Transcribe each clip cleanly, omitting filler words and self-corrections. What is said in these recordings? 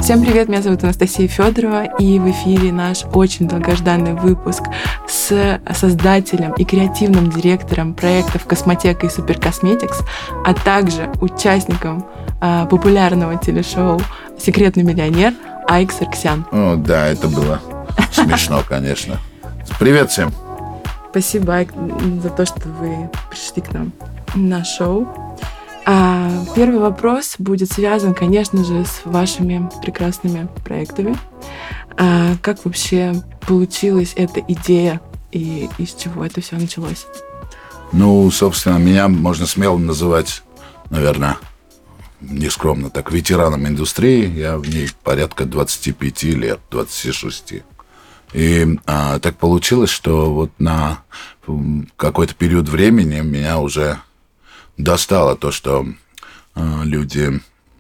Всем привет, меня зовут Анастасия Федорова, и в эфире наш очень долгожданный выпуск с создателем и креативным директором проектов «Космотека» и «Суперкосметикс», а также участником популярного телешоу «Секретный миллионер» Айк Сарксян. О, да, это было смешно, конечно. Привет всем. Спасибо, Айк, за то, что вы пришли к нам на шоу. Первый вопрос будет связан, конечно же, с вашими прекрасными проектами. Как вообще получилась эта идея и из чего это все началось? Ну, собственно, меня можно смело называть, наверное, нескромно так, ветераном индустрии. Я в ней порядка 25 лет, 26. И так получилось, что вот на какой-то период времени меня уже достало то, что люди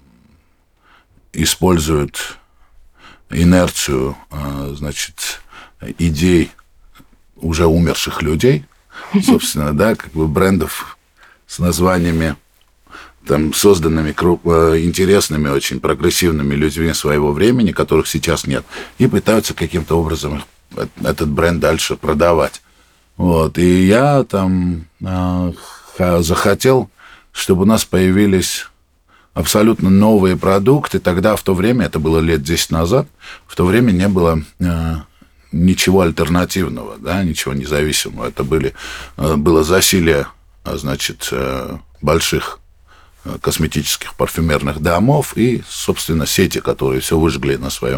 используют инерцию, значит, идей уже умерших людей, собственно, да, как бы брендов с названиями, там, созданными интересными, очень прогрессивными людьми своего времени, которых сейчас нет, и пытаются каким-то образом этот бренд дальше продавать. Вот. И я там захотел, чтобы у нас появились абсолютно новые продукты. Тогда, в то время, это было лет 10 назад, в то время не было ничего альтернативного, да, ничего независимого. Это было засилие, значит, больших косметических парфюмерных домов и, собственно, сети, которые все выжгли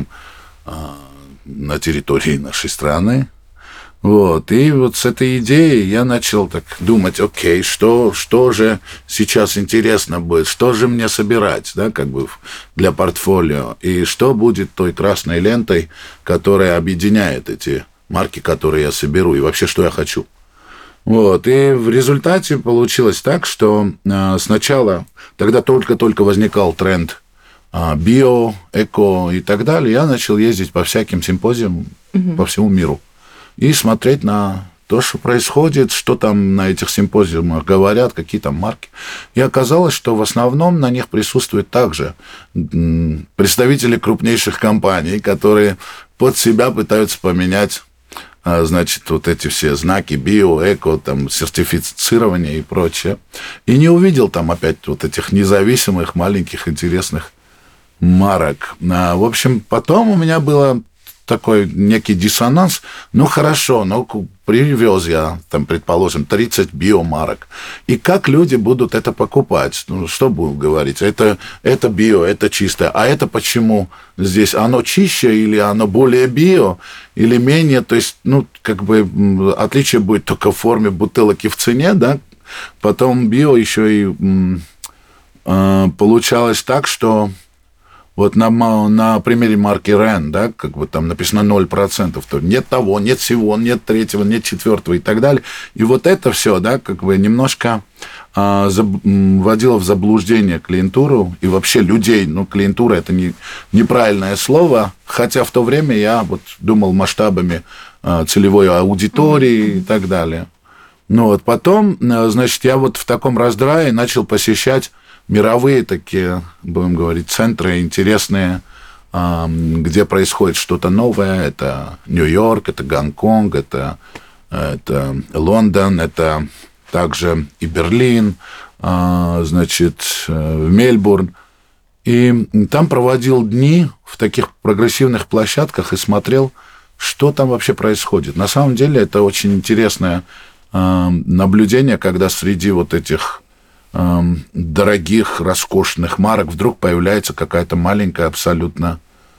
на территории нашей страны. Вот. И вот с этой идеей я начал так думать, окей, что же сейчас интересно будет, что же мне собирать, да, как бы для портфолио, и что будет той красной лентой, которая объединяет эти марки, которые я соберу, и вообще, что я хочу. Вот. И в результате получилось так, что сначала, тогда только-только возникал тренд био, эко и так далее, я начал ездить по всяким симпозиумам по всему миру и смотреть на то, что происходит, что там на этих симпозиумах говорят, какие там марки. И оказалось, что в основном на них присутствуют также представители крупнейших компаний, которые под себя пытаются поменять, значит, вот эти все знаки био, эко, там, сертифицирование и прочее. И не увидел там опять вот этих независимых, маленьких, интересных марок. В общем, потом у меня было такой некий диссонанс. Ну, хорошо, привез я, там, предположим, 30 биомарок. И как люди будут это покупать? Ну, что будут говорить? Это био, это чистое. А это почему здесь? Оно чище или оно более био, или менее? То есть, ну, как бы отличие будет только в форме бутылок и в цене, да? Потом био еще и получалось так, что вот на примере марки Ren, да, как бы там написано 0%, то нет того, нет всего, нет третьего, нет четвертого и так далее. И вот это все, да, как бы немножко вводило в заблуждение клиентуру и вообще людей. Ну, клиентура – это неправильное слово, хотя в то время я вот думал масштабами целевой аудитории и так далее. Ну вот потом, значит, я вот в таком раздрае начал посещать мировые такие, будем говорить, центры интересные, где происходит что-то новое. Это Нью-Йорк, это Гонконг, это Лондон, это также и Берлин, значит, Мельбурн. И там проводил дни в таких прогрессивных площадках и смотрел, что там вообще происходит. На самом деле это очень интересное наблюдение, когда среди вот этих дорогих, роскошных марок вдруг появляется какая-то маленькая, абсолютно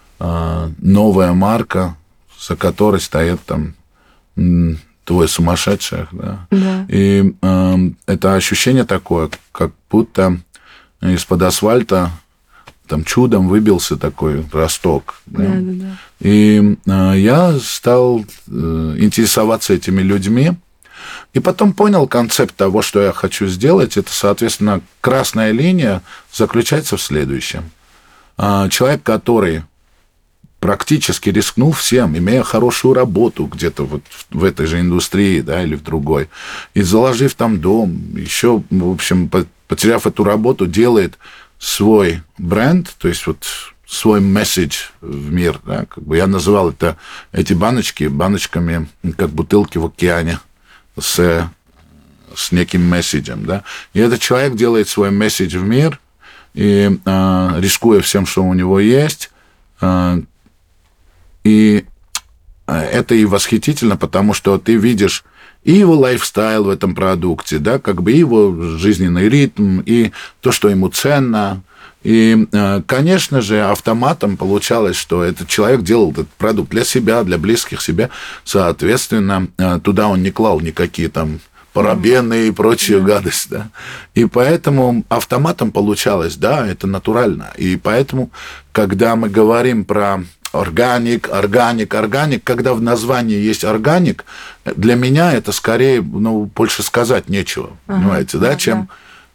новая марка, за которой стоят там двое сумасшедших. Да? Да. И это ощущение такое, как будто из-под асфальта там чудом выбился такой росток. Да? Да, да, да. И я стал интересоваться этими людьми. И потом понял концепт того, что я хочу сделать. Это, соответственно, красная линия заключается в следующем. Человек, который практически рискнул всем, имея хорошую работу где-то вот в этой же индустрии, да, или в другой, и заложив там дом, еще, в общем, потеряв эту работу, делает свой бренд, то есть вот свой месседж в мир. Да? Как бы я называл эти баночками, как бутылки в океане с неким месседжем. Да? И этот человек делает свой месседж в мир, и рискуя всем, что у него есть, и это и восхитительно, потому что ты видишь и его лайфстайл в этом продукте, да, как бы и его жизненный ритм, и то, что ему ценно. И, конечно же, автоматом получалось, что этот человек делал этот продукт для себя, для близких себе. Соответственно, туда он не клал никакие там парабены и прочую гадость, да. И поэтому автоматом получалось, да, это натурально. И поэтому, когда мы говорим про органик, когда в названии есть органик, для меня это скорее, больше сказать нечего, понимаете, да, чем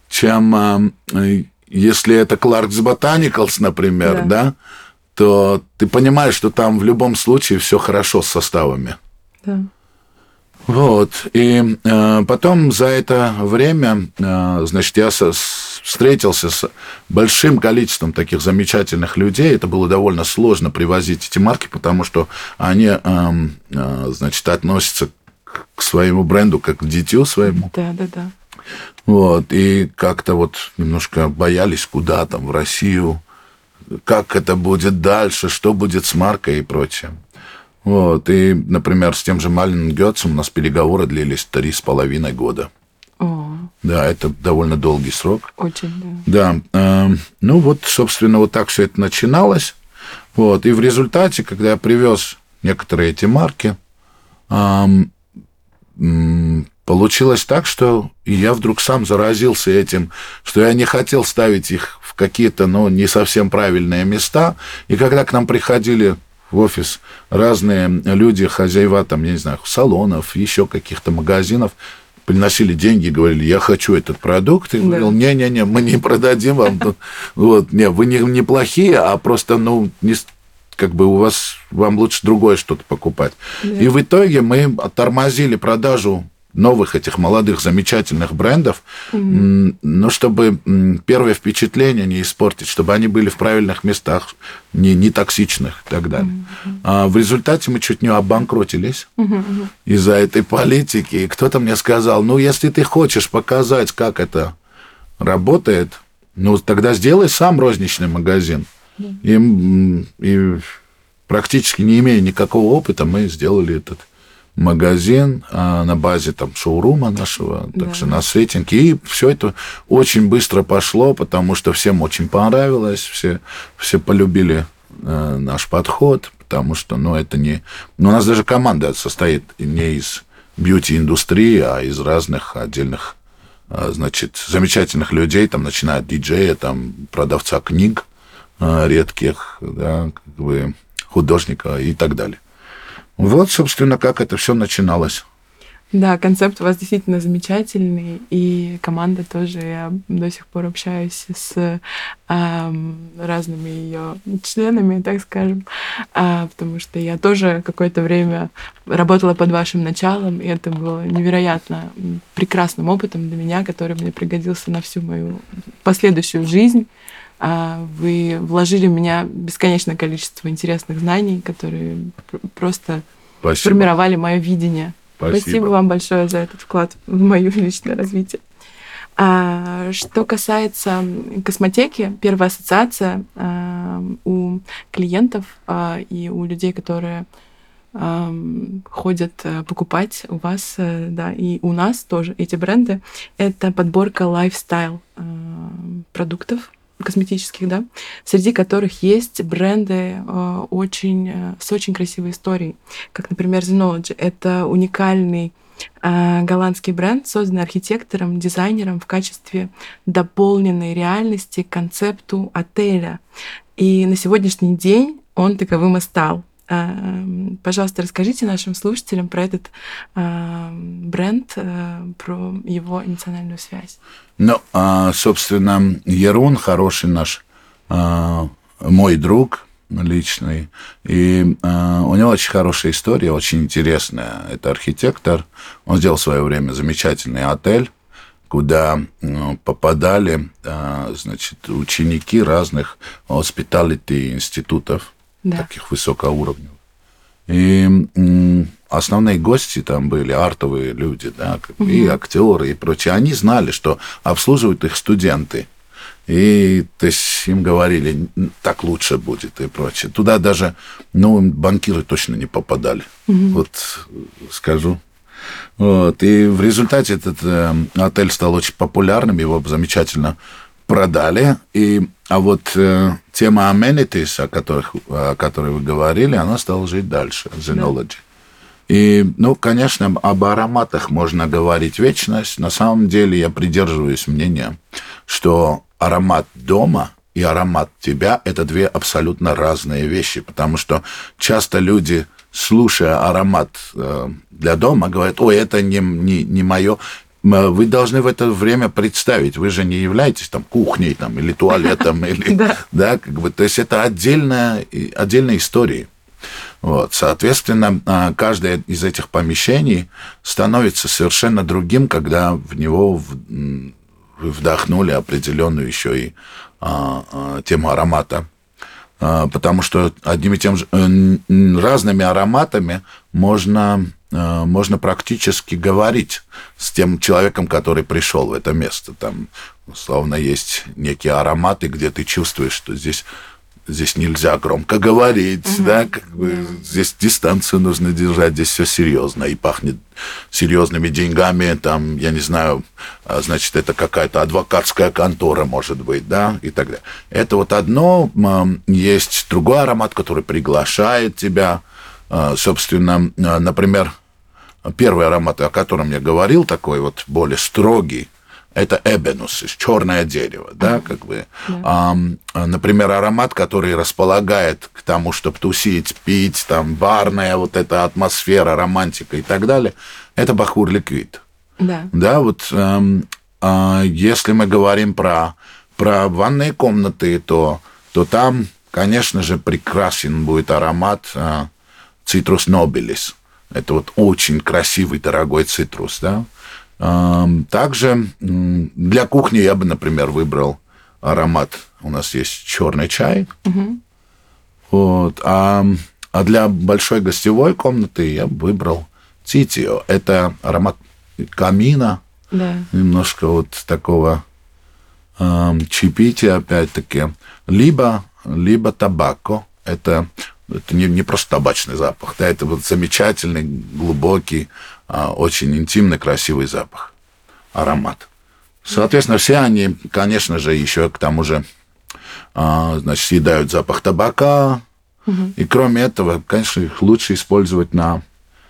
если это Clarks Botanicals, например, да, то ты понимаешь, что там в любом случае все хорошо с составами. Да. Вот. И потом за это время, значит, я встретился с большим количеством таких замечательных людей. Это было довольно сложно привозить эти марки, потому что они, значит, относятся к своему бренду как к дитю своему. Да. Вот. И как-то вот немножко боялись, куда там, в Россию, как это будет дальше, что будет с маркой и прочее. Вот. И, например, с тем же Малин Гетцем у нас переговоры длились 3,5 года. О. Да, это довольно долгий срок. Очень, да. Да. Ну, вот, собственно, вот так все это начиналось. Вот. И в результате, когда я привез некоторые эти марки, получилось так, что я вдруг сам заразился этим, что я не хотел ставить их в какие-то, не совсем правильные места. И когда к нам приходили в офис разные люди, хозяева, там, я не знаю, салонов, еще каких-то магазинов, приносили деньги и говорили, я хочу этот продукт. И говорил, не-не-не, мы не продадим вам тут. Вот, не, вы не плохие, а просто, как бы вам лучше другое что-то покупать. Да. И в итоге мы тормозили продажу новых этих молодых замечательных брендов, чтобы первое впечатление не испортить, чтобы они были в правильных местах, не токсичных и так далее. А в результате мы чуть не обанкротились из-за этой политики. И кто-то мне сказал, если ты хочешь показать, как это работает, тогда сделай сам розничный магазин. И практически не имея никакого опыта, мы сделали этот магазин на базе там шоурума нашего, также на сеттинге. И все это очень быстро пошло, потому что всем очень понравилось, все полюбили наш подход, потому что, это не... у нас даже команда состоит не из бьюти-индустрии, а из разных отдельных, значит, замечательных людей, там, начиная от диджея, там, продавца книг редких, да, как бы художника и так далее. Вот, собственно, как это все начиналось. Да, концепт у вас действительно замечательный, и команда тоже. Я до сих пор общаюсь с разными ее членами, так скажем, потому что я тоже какое-то время работала под вашим началом, и это было невероятно прекрасным опытом для меня, который мне пригодился на всю мою последующую жизнь. Вы вложили в меня бесконечное количество интересных знаний, которые просто сформировали мое видение. Спасибо вам большое за этот вклад в мое личное развитие. Что касается косметики, первая ассоциация у клиентов и у людей, которые ходят покупать у вас, да, и у нас тоже эти бренды, это подборка лайфстайл продуктов косметических, да, среди которых есть бренды с очень красивой историей, как, например, Zenology. Это уникальный голландский бренд, созданный архитектором, дизайнером в качестве дополненной реальности к концепту отеля. И на сегодняшний день он таковым и стал. Пожалуйста, расскажите нашим слушателям про этот бренд, про его эмоциональную связь. Собственно, Ерун хороший наш, мой друг личный, и у него очень хорошая история, очень интересная. Это архитектор, он сделал в свое время замечательный отель, куда попадали, значит, ученики разных hospitality институтов, таких высокоуровневых. И основные гости там были артовые люди, да, и актеры, и прочее. Они знали, что обслуживают их студенты. И то есть им говорили, так лучше будет и прочее. Туда даже банкиры точно не попадали. Вот скажу. Вот. И в результате этот отель стал очень популярным, его замечательно продали. А вот тема amenities, о которой вы говорили, она стала жить дальше, Zenology. И, конечно, об ароматах можно говорить вечность. На самом деле я придерживаюсь мнения, что аромат дома и аромат тебя – это две абсолютно разные вещи, потому что часто люди, слушая аромат для дома, говорят, ой, это не мое. Вы должны в это время представить, вы же не являетесь там кухней там, или туалетом, или, да, то есть это отдельные истории. Вот. Соответственно, каждое из этих помещений становится совершенно другим, когда в него вдохнули определенную еще и тему аромата. Потому что одними и тем же разными ароматами можно практически говорить с тем человеком, который пришел в это место. Там, условно, есть некие ароматы, где ты чувствуешь, что здесь нельзя громко говорить, да, здесь дистанцию нужно держать, здесь все серьезно, и пахнет серьезными деньгами, там, я не знаю, значит, это какая-то адвокатская контора, может быть, да, и так далее. Это вот одно, есть другой аромат, который приглашает тебя, собственно, например, первый аромат, о котором я говорил, такой вот более строгий, это эбенус, черное дерево, да, например, аромат, который располагает к тому, чтобы тусить, пить, там, барная вот эта атмосфера, романтика и так далее, это бахур ликвид. Да, вот если мы говорим про ванные комнаты, то там, конечно же, прекрасен будет аромат цитрус нобилис. Это вот очень красивый, дорогой цитрус, да. Также для кухни я бы, например, выбрал аромат. У нас есть черный чай. Вот. А для большой гостевой комнаты я бы выбрал титио. Это аромат камина. Немножко вот такого чипити, опять-таки. Либо табако. Это не просто табачный запах. Да, это вот замечательный, глубокий, очень интимный, красивый запах, аромат. Соответственно, все они, конечно же, еще к тому же, значит, съедают запах табака. И кроме этого, конечно, их лучше использовать на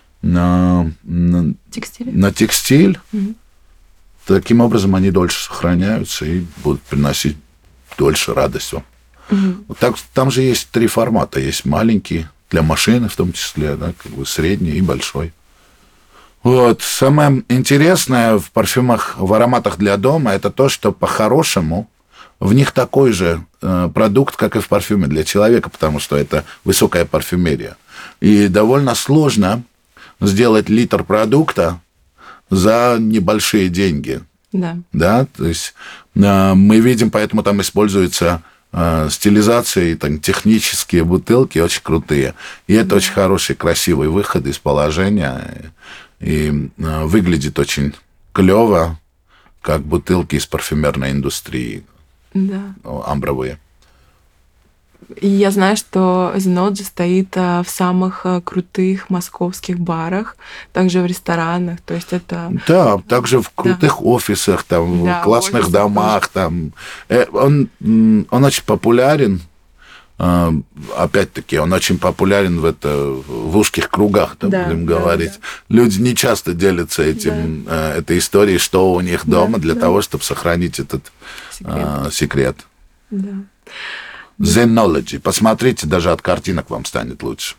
текстиль. Таким образом, они дольше сохраняются и будут приносить дольше радость вам. Вот так, там же есть 3 формата. Есть маленький, для машины в том числе, да, средний и большой. Вот. Самое интересное в парфюмах, в ароматах для дома, это то, что по-хорошему в них такой же продукт, как и в парфюме для человека, потому что это высокая парфюмерия. И довольно сложно сделать литр продукта за небольшие деньги. Да? То есть мы видим, поэтому там используются стилизации, там, технические бутылки очень крутые. И это очень хороший, красивый выход из положения. И выглядит очень клево, как бутылки из парфюмерной индустрии. Амбровые. И я знаю, что Zenology стоит в самых крутых московских барах, также в ресторанах, то есть это... Да, также в крутых офисах, там, в классных домах. Там. Он очень популярен, опять-таки, он очень популярен в узких кругах, будем говорить. Люди не часто делятся этой историей, что у них дома, для того, чтобы сохранить этот секрет. Да. Zenology. Посмотрите, даже от картинок вам станет лучше.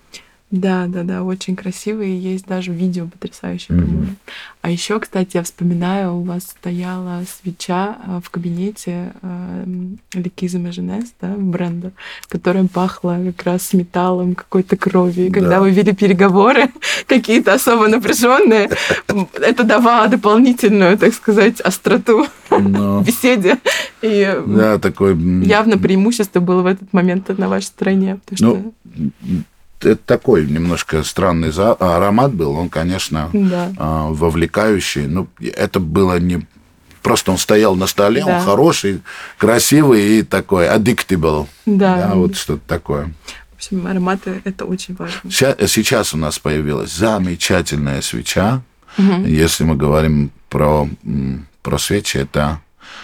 Да, да, да, очень красивые, есть даже видео потрясающее, по-моему. А еще, кстати, я вспоминаю, у вас стояла свеча в кабинете Ликиза Меженес, да, бренда, которая пахла как раз металлом, какой-то кровью. И когда Да. вы вели переговоры, какие-то особо напряженные, это давало дополнительную, так сказать, остроту в беседе. И Да, такой... явно преимущество было в этот момент на вашей стороне. Ну, это такой немножко странный аромат был, он, конечно, Да. вовлекающий. Ну, это было не... Просто он стоял на столе, Да. он хороший, красивый и такой addictable. Да. Вот что-то такое. В общем, ароматы — это очень важно. Сейчас у нас появилась замечательная свеча. Мгм. Если мы говорим про свечи, это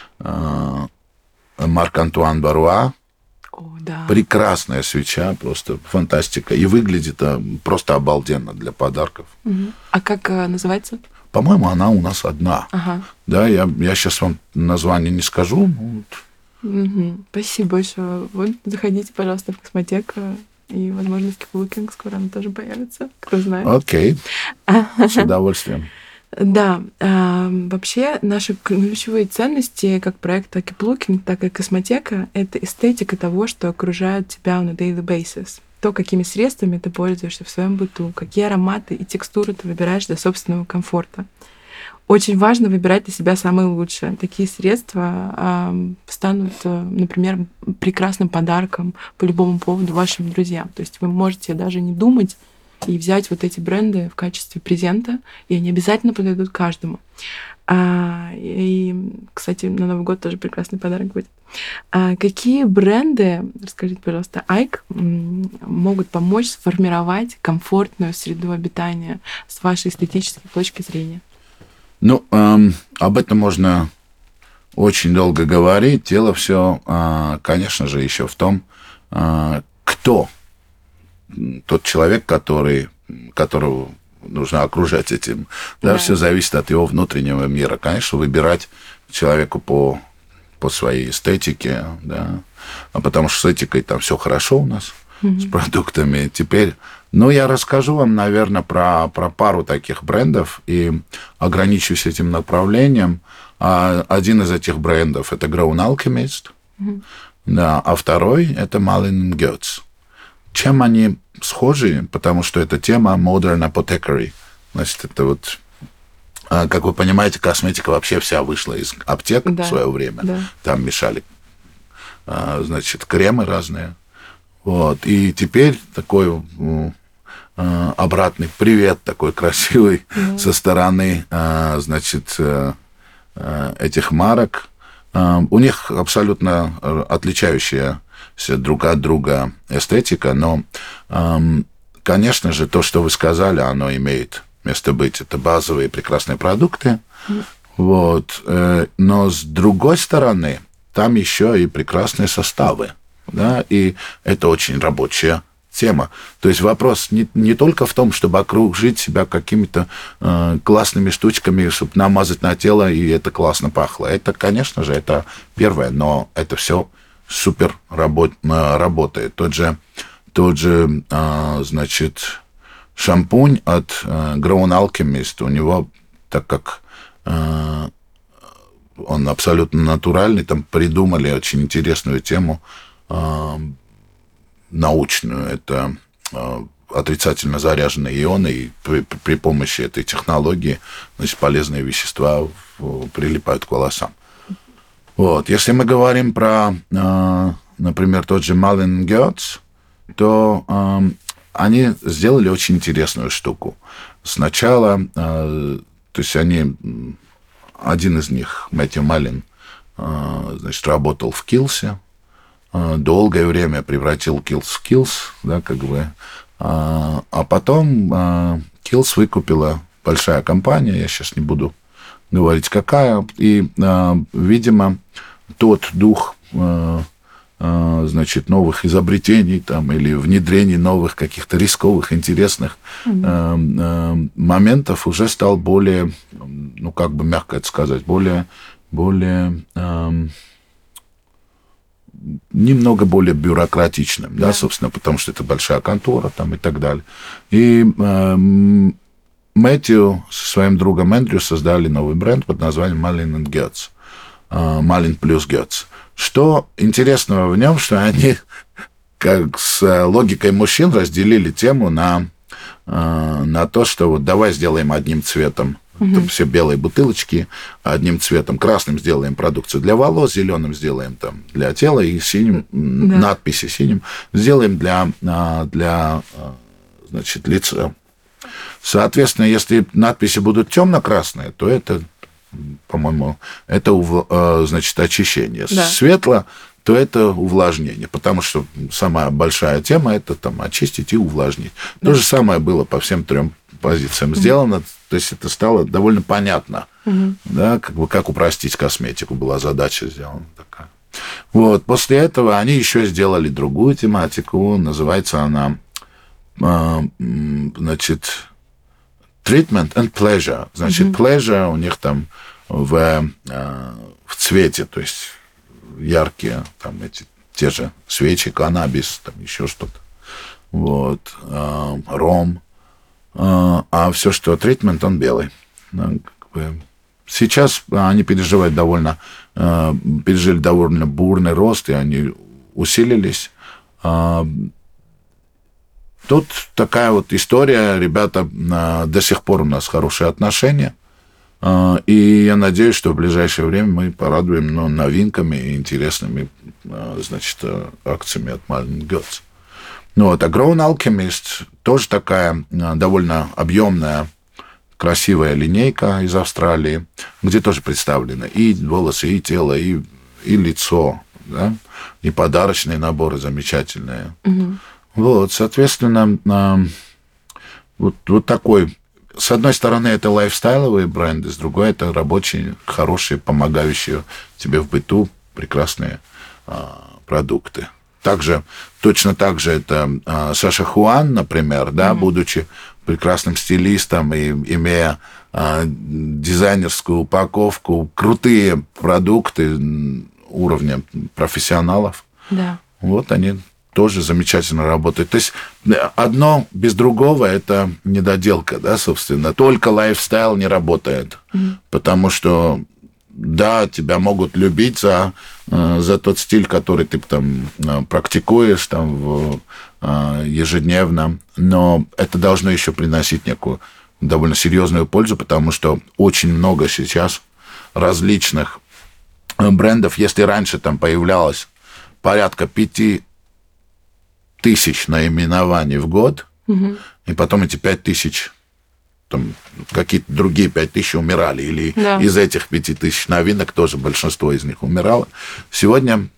Марк-Антуан Баруа. О, да. Прекрасная свеча, просто фантастика. И выглядит просто обалденно для подарков. Мгм. А как называется? По-моему, она у нас одна. Ага. Да, я сейчас вам название не скажу. Мгм. Спасибо большое. Вот заходите, пожалуйста, в Космотеку, и, возможно, в Keep скоро она тоже появится. Кто знает. Окей, с удовольствием. Да, вообще наши ключевые ценности как проекта Keep Looking, так и Космотека — это эстетика того, что окружает тебя on a daily basis. То, какими средствами ты пользуешься в своем быту, какие ароматы и текстуры ты выбираешь для собственного комфорта. Очень важно выбирать для себя самые лучшие. Такие средства станут, например, прекрасным подарком по любому поводу вашим друзьям. То есть вы можете даже не думать и взять вот эти бренды в качестве презента, и они обязательно подойдут каждому. И, кстати, на Новый год тоже прекрасный подарок будет. Какие бренды, расскажите, пожалуйста, Айк, могут помочь сформировать комфортную среду обитания с вашей эстетической точки зрения? Ну, об этом можно очень долго говорить. Дело все, конечно же, еще в том, кто тот человек, которого нужно окружать этим. Да, все зависит от его внутреннего мира. Конечно, выбирать человеку по своей эстетике, да, потому что с этикой там все хорошо у нас, с продуктами. Теперь, я расскажу вам, наверное, про пару таких брендов и ограничусь этим направлением. Один из этих брендов – это Grown Alchemist, да, а второй – это Malin Goetz. Чем они схожи? Потому что это тема Modern Apothecary. Значит, это вот, как вы понимаете, косметика вообще вся вышла из аптек в свое время. Да. Там мешали, значит, кремы разные. Вот. И теперь такой обратный привет, такой красивый со стороны, значит, этих марок. У них абсолютно отличающаяся друг от друга эстетика, но, конечно же, то, что вы сказали, оно имеет место быть. Это базовые прекрасные продукты. Вот. Но с другой стороны, там еще и прекрасные составы. Да? И это очень рабочая тема. То есть вопрос не только в том, чтобы окружить себя какими-то классными штучками, чтобы намазать на тело, и это классно пахло. Это, конечно же, это первое, но это все супер работает. Тот же, значит, шампунь от Grown Alchemist, у него, так как он абсолютно натуральный, там придумали очень интересную тему, научную. Это отрицательно заряженные ионы, и при помощи этой технологии, значит, полезные вещества прилипают к волосам. Вот. Если мы говорим про, например, тот же Malin Goetz, то они сделали очень интересную штуку. Сначала, то есть один из них, Мэтью Малин, значит, работал в Килсе, долгое время превратил Килс в Килс, да, как бы. А потом Килс выкупила большая компания, я сейчас не буду говорить, какая, и, видимо, тот дух, значит, новых изобретений там, или внедрений новых каких-то рисковых, интересных моментов уже стал более, как бы мягко это сказать, более немного более бюрократичным, да, собственно, потому что это большая контора там и так далее. И Мэтью со своим другом Эндрю создали новый бренд под названием Malin & Goetz. Malin плюс Goetz. Что интересного в нем, что они, как с логикой мужчин, разделили тему на то, что вот давай сделаем одним цветом все белые бутылочки, одним цветом красным сделаем продукцию для волос, зеленым сделаем там для тела и синим, надписи синим сделаем для значит, лица. Соответственно, если надписи будут темно-красные, то это, по-моему, это, значит, очищение. Светло, то это увлажнение, потому что самая большая тема – это там очистить и увлажнить. То же самое было по всем трем позициям сделано, то есть это стало довольно понятно, да, как упростить косметику, была задача сделана такая. Вот, после этого они еще сделали другую тематику, называется она, значит, Treatment and Pleasure. Значит, pleasure у них там в цвете, то есть яркие, там те же свечи, каннабис, там еще что-то, вот, ром, а все, что тритмент, он белый. Сейчас они пережили довольно бурный рост, и они усилились. Тут такая вот история, ребята, до сих пор у нас хорошие отношения, и я надеюсь, что в ближайшее время мы порадуем новинками и интересными, значит, акциями от Malin & Goetz. Ну вот, а Grown Alchemist тоже такая довольно объемная, красивая линейка из Австралии, где тоже представлены и волосы, и тело, и лицо, да, и подарочные наборы замечательные. Вот, соответственно, вот такой. С одной стороны, это лайфстайловые бренды, с другой, это рабочие, хорошие, помогающие тебе в быту прекрасные продукты. Точно так же это Саша Хуан, например, да, будучи прекрасным стилистом и имея дизайнерскую упаковку, крутые продукты уровня профессионалов. Да. Вот они тоже замечательно работают. То есть одно без другого – это недоделка, да, собственно. Только лайфстайл не работает, потому что, да, тебя могут любить за тот стиль, который ты там практикуешь там ежедневно, но это должно еще приносить некую довольно серьезную пользу, потому что очень много сейчас различных брендов. Если раньше там появлялось порядка 5000 наименований в год, и потом эти 5000, там, какие-то другие 5000 умирали, или из этих 5000 новинок тоже большинство из них умирало. Сегодня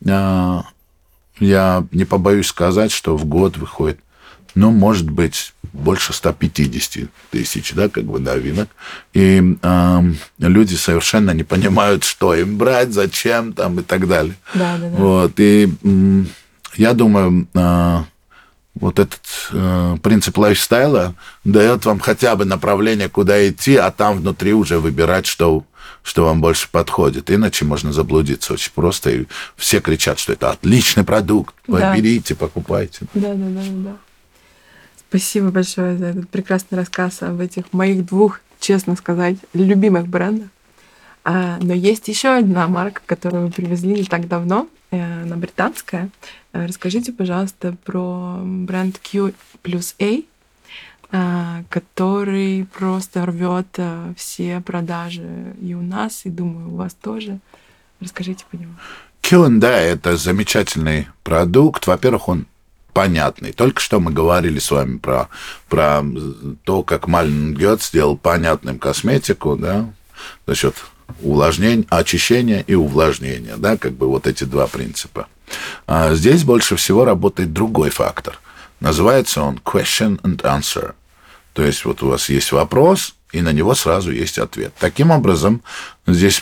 я не побоюсь сказать, что в год выходит, ну, может быть, больше 150 тысяч, да, как бы новинок. И люди совершенно не понимают, что им брать, зачем там и так далее. Да. Вот, и я думаю, вот этот принцип лайфстайла дает вам хотя бы направление, куда идти, а там внутри уже выбирать, что вам больше подходит. Иначе можно заблудиться очень просто. И все кричат, что это отличный продукт. Берите, покупайте. Да. Спасибо большое за этот прекрасный рассказ об этих моих двух, честно сказать, любимых брендах. Но есть еще одна марка, которую вы привезли не так давно. Она британская. Расскажите, пожалуйста, про бренд Q плюс A, который просто рвет все продажи и у нас, и, думаю, у вас тоже. Расскажите по нему. Q&A – это замечательный продукт. Во-первых, он понятный. Только что мы говорили с вами про то, как Malin & Goetz сделал понятным косметику, да, за счет увлажнения, очищения и увлажнения, да, как бы вот эти два принципа. А здесь больше всего работает другой фактор. Называется он question and answer. То есть вот у вас есть вопрос, и на него сразу есть ответ. Таким образом, здесь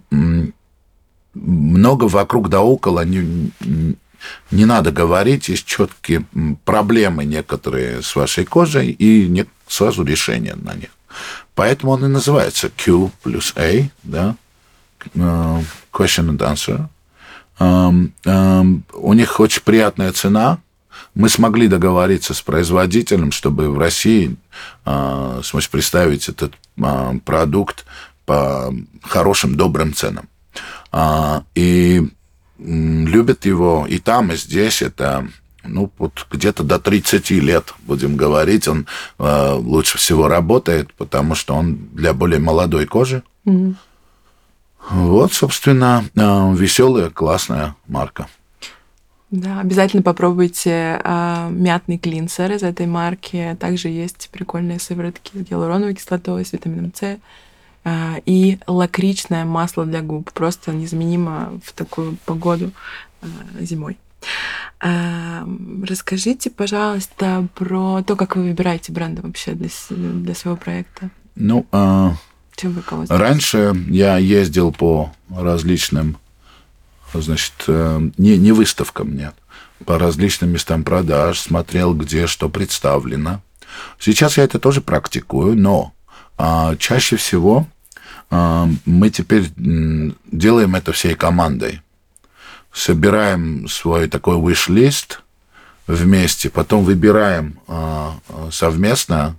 много вокруг да около не надо говорить, есть четкие проблемы некоторые с вашей кожей и сразу решение на них. Поэтому он и называется Q плюс A, да, question and answer. У них очень приятная цена. Мы смогли договориться с производителем, чтобы в России смочь представить этот продукт по хорошим, добрым ценам. И любят его и там, и здесь. Это вот где-то до 30 лет, будем говорить. Он лучше всего работает, потому что он для более молодой кожи. Mm-hmm. Вот, собственно, веселая, классная марка. Да, обязательно попробуйте мятный клинсер из этой марки. Также есть прикольные сыворотки с гиалуроновой кислотой, с витамином С. И лакричное масло для губ. Просто незаменимо в такую погоду зимой. Расскажите, пожалуйста, про то, как вы выбираете бренды вообще для своего проекта. Чем вы кого знаете? Раньше я ездил по различным, значит, не выставкам, нет, по различным местам продаж, смотрел, где что представлено. Сейчас я это тоже практикую, но чаще всего мы теперь делаем это всей командой. Собираем свой такой wish-лист вместе, потом выбираем совместно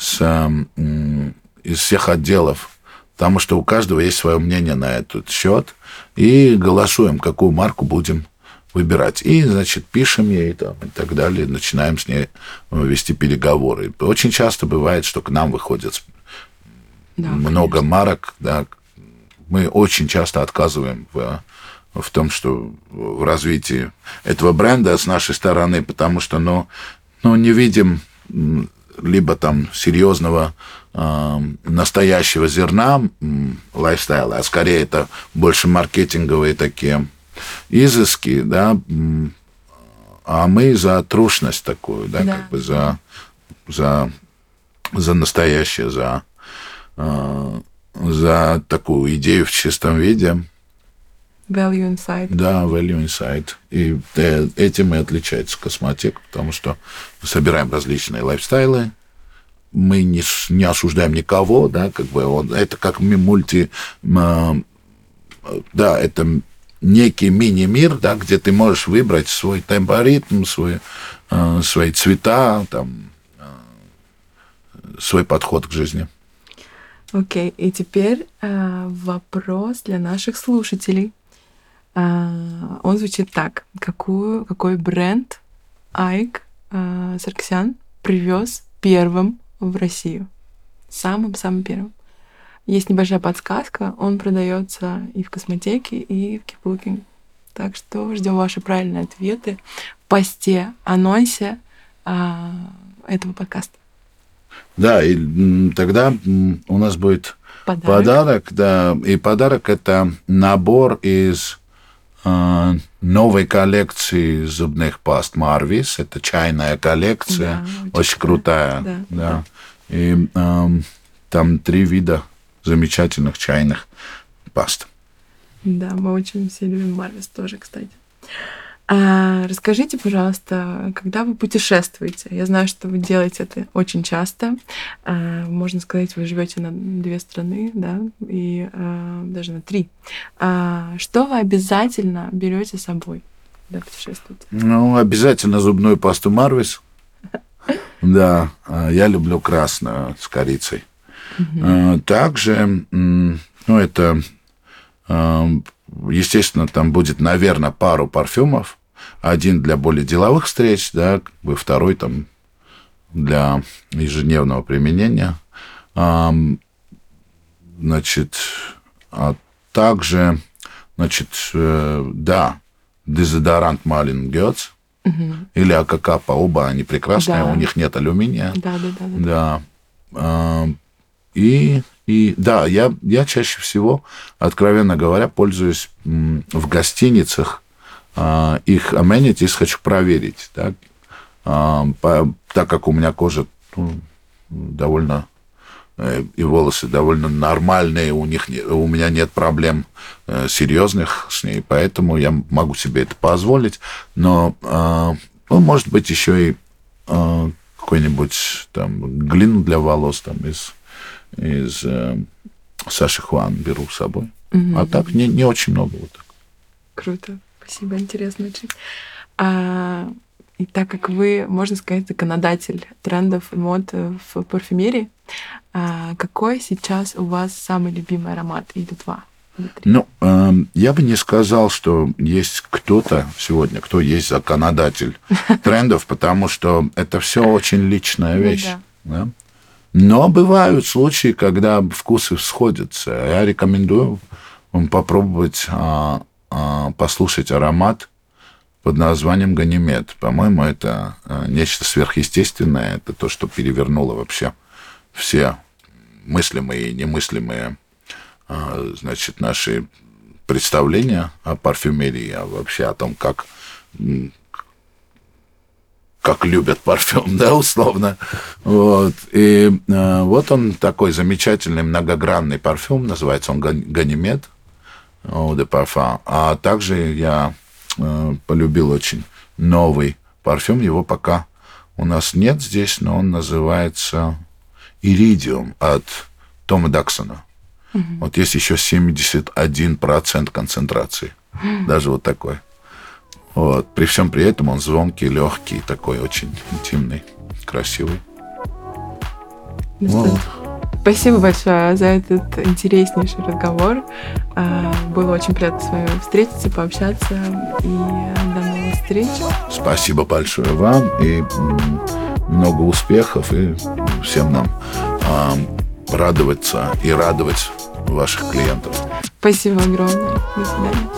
из всех отделов, потому что у каждого есть свое мнение на этот счет, и голосуем, какую марку будем выбирать. И, значит, пишем ей там, и так далее, начинаем с ней вести переговоры. Очень часто бывает, что к нам выходит много марок. Да. Мы очень часто отказываем в том, что в развитии этого бренда с нашей стороны, потому что не видим либо там серьезного настоящего зерна лайфстайла, а скорее это больше маркетинговые такие изыски, да, а мы за трушность такую, да, как бы за настоящее, за такую идею в чистом виде. Value Inside. Да, Value Inside. И этим и отличается Космотек, потому что мы собираем различные лайфстайлы, мы не осуждаем никого, да, как бы это как да, это некий мини-мир, да, где ты можешь выбрать свой темпоритм, свои цвета, там, свой подход к жизни. Окей, и теперь вопрос для наших слушателей. Он звучит так. Какой бренд Айк Саркисян привез первым в Россию? Самым-самым первым. Есть небольшая подсказка. Он продается и в Космотеке, и в Keep. Так что ждем ваши правильные ответы в посте, анонсе этого подкаста. Да, и тогда у нас будет подарок, да, и подарок – это набор из новой коллекции зубных паст Marvis. Это чайная коллекция, да, очень крутая. Да. И там 3 вида замечательных чайных паст. Да, мы очень все любим Marvis тоже, кстати. Расскажите, пожалуйста, когда вы путешествуете? Я знаю, что вы делаете это очень часто. Можно сказать, вы живете на 2 страны, да, и даже на 3. Что вы обязательно берете с собой, когда путешествуете? Обязательно зубную пасту Marvis. Да, я люблю красную с корицей. Также, это, естественно, там будет, наверное, пару парфюмов. Один для более деловых встреч, да, второй там для ежедневного применения. Значит, а также, да, дезодорант Malin Götz или Акакапа, оба они прекрасные, да. У них нет алюминия. Да. И да, я чаще всего, откровенно говоря, пользуюсь в гостиницах, их amenities хочу проверить, да? Так как у меня кожа довольно, и волосы довольно нормальные, у меня нет проблем серьезных с ней, поэтому я могу себе это позволить, но, может быть, еще и какой-нибудь там глину для волос там из Саши Хуан беру с собой. А так не очень много вот так. Круто. Спасибо, интересно очень. И так как вы, можно сказать, законодатель трендов и мод в парфюмерии, какой сейчас у вас самый любимый аромат? Или два? Или три? Ну, я бы не сказал, что есть кто-то сегодня, кто есть законодатель трендов, потому что это все очень личная вещь. Да? Но бывают случаи, когда вкусы сходятся. Я рекомендую вам попробовать послушать аромат под названием «Ганимед». По-моему, это нечто сверхъестественное. Это то, что перевернуло вообще все мыслимые и немыслимые, значит, наши представления о парфюмерии, а вообще о том, как любят парфюм, да, условно. Вот. И вот он такой замечательный многогранный парфюм, называется он «Ганимед» Eau de Parfum. А также я полюбил очень новый парфюм, его пока у нас нет здесь, но он называется «Иридиум» от Тома Даксона. Вот есть еще 71% концентрации. Даже вот такой. Вот. При всем при этом он звонкий, легкий, такой очень интимный, красивый. Вот. Спасибо большое за этот интереснейший разговор. Было очень приятно с вами встретиться, пообщаться. И до новых встреч. Спасибо большое вам. И много успехов. И всем нам радоваться и радовать ваших клиентов. Спасибо огромное. До свидания.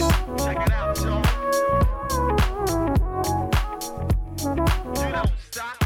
Stop.